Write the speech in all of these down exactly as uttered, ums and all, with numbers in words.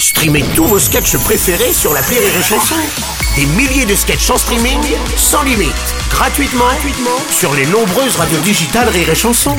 Streamez tous vos sketchs préférés sur l'appli Rire et Chanson. Des milliers de sketchs en streaming, sans limite, gratuitement, gratuitement sur les nombreuses radios digitales Rire et Chanson.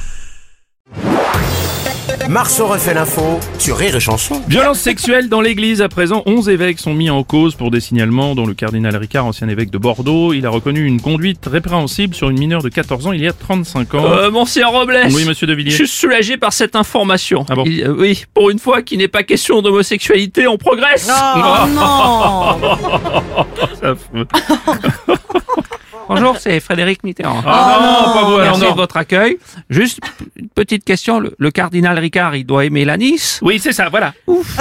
Marceau refait l'info sur Rire et Chanson. Violence sexuelle dans l'église. À présent, onze évêques sont mis en cause pour des signalements, dont le cardinal Ricard, ancien évêque de Bordeaux. Il a reconnu une conduite répréhensible sur une mineure de quatorze ans il y a trente-cinq ans. Euh, Monsieur Robles. Oui, monsieur De Villiers. Je suis soulagé par cette information. Ah bon? Il- euh, oui, pour une fois qu'il n'est pas question d'homosexualité, on progresse. Oh non. Ça fout. Bonjour, c'est Frédéric Mitterrand. Ah non, pas vous, alors Merci non. de votre accueil. Juste une petite question. Le, le cardinal Ricard, il doit aimer la Nice. Oui, c'est ça, voilà.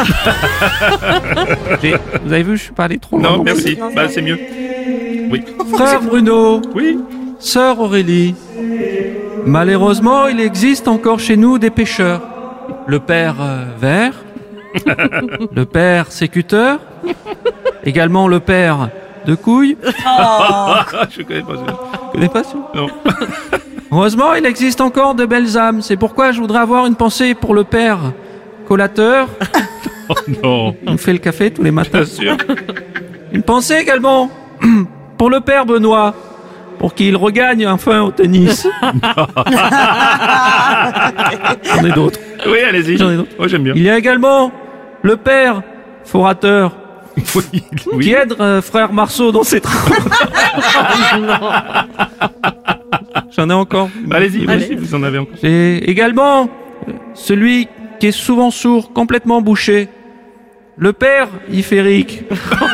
J'ai- Vous avez vu, je suis pas allé trop loin. Non, merci. Bah, c'est mieux. Oui. Frère Bruno, Oui. sœur Aurélie, malheureusement, il existe encore chez nous des pécheurs. Le père euh, vert, le père sécuteur, également le père de couilles. Je connais pas ça. Tu connais pas ça? Non. Heureusement, il existe encore de belles âmes. C'est pourquoi je voudrais avoir une pensée pour le père collateur. Oh non. Il me fait le café tous les matins. Bien sûr. Une pensée également pour le père Benoît, pour qu'il regagne enfin au tennis. J'en ai d'autres. Oui, allez-y. J'en ai d'autres. Moi, j'aime bien. Il y a également le père forateur Oui. Oui. qui aide euh, frère Marceau dans ses travaux. J'en ai encore. Allez-y, vous aussi, vous en avez encore. J'ai également euh, celui qui est souvent sourd, complètement bouché. Le père Iférique.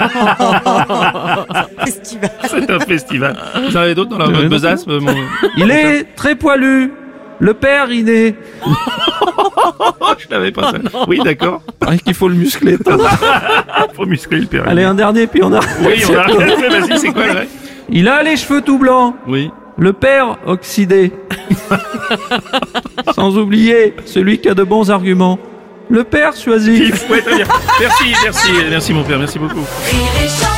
Festival. C'est un festival. Vous en avez d'autres dans la J'en ai votre d'autres. besace mon... Il est très poilu. Le père Iné. Oh, je l'avais pas ça. Oui, d'accord. Paraît qu'il faut le muscler. Faut muscler le père. Allez, un dernier, puis on a. Oui, on a Vas-y, c'est quoi, vrai? Il a les cheveux tout blancs. Oui. Le père oxydé. Sans oublier celui qui a de bons arguments. Le père choisi. Ouais, très bien. Merci, merci, merci mon père, merci beaucoup. Rire et chanson.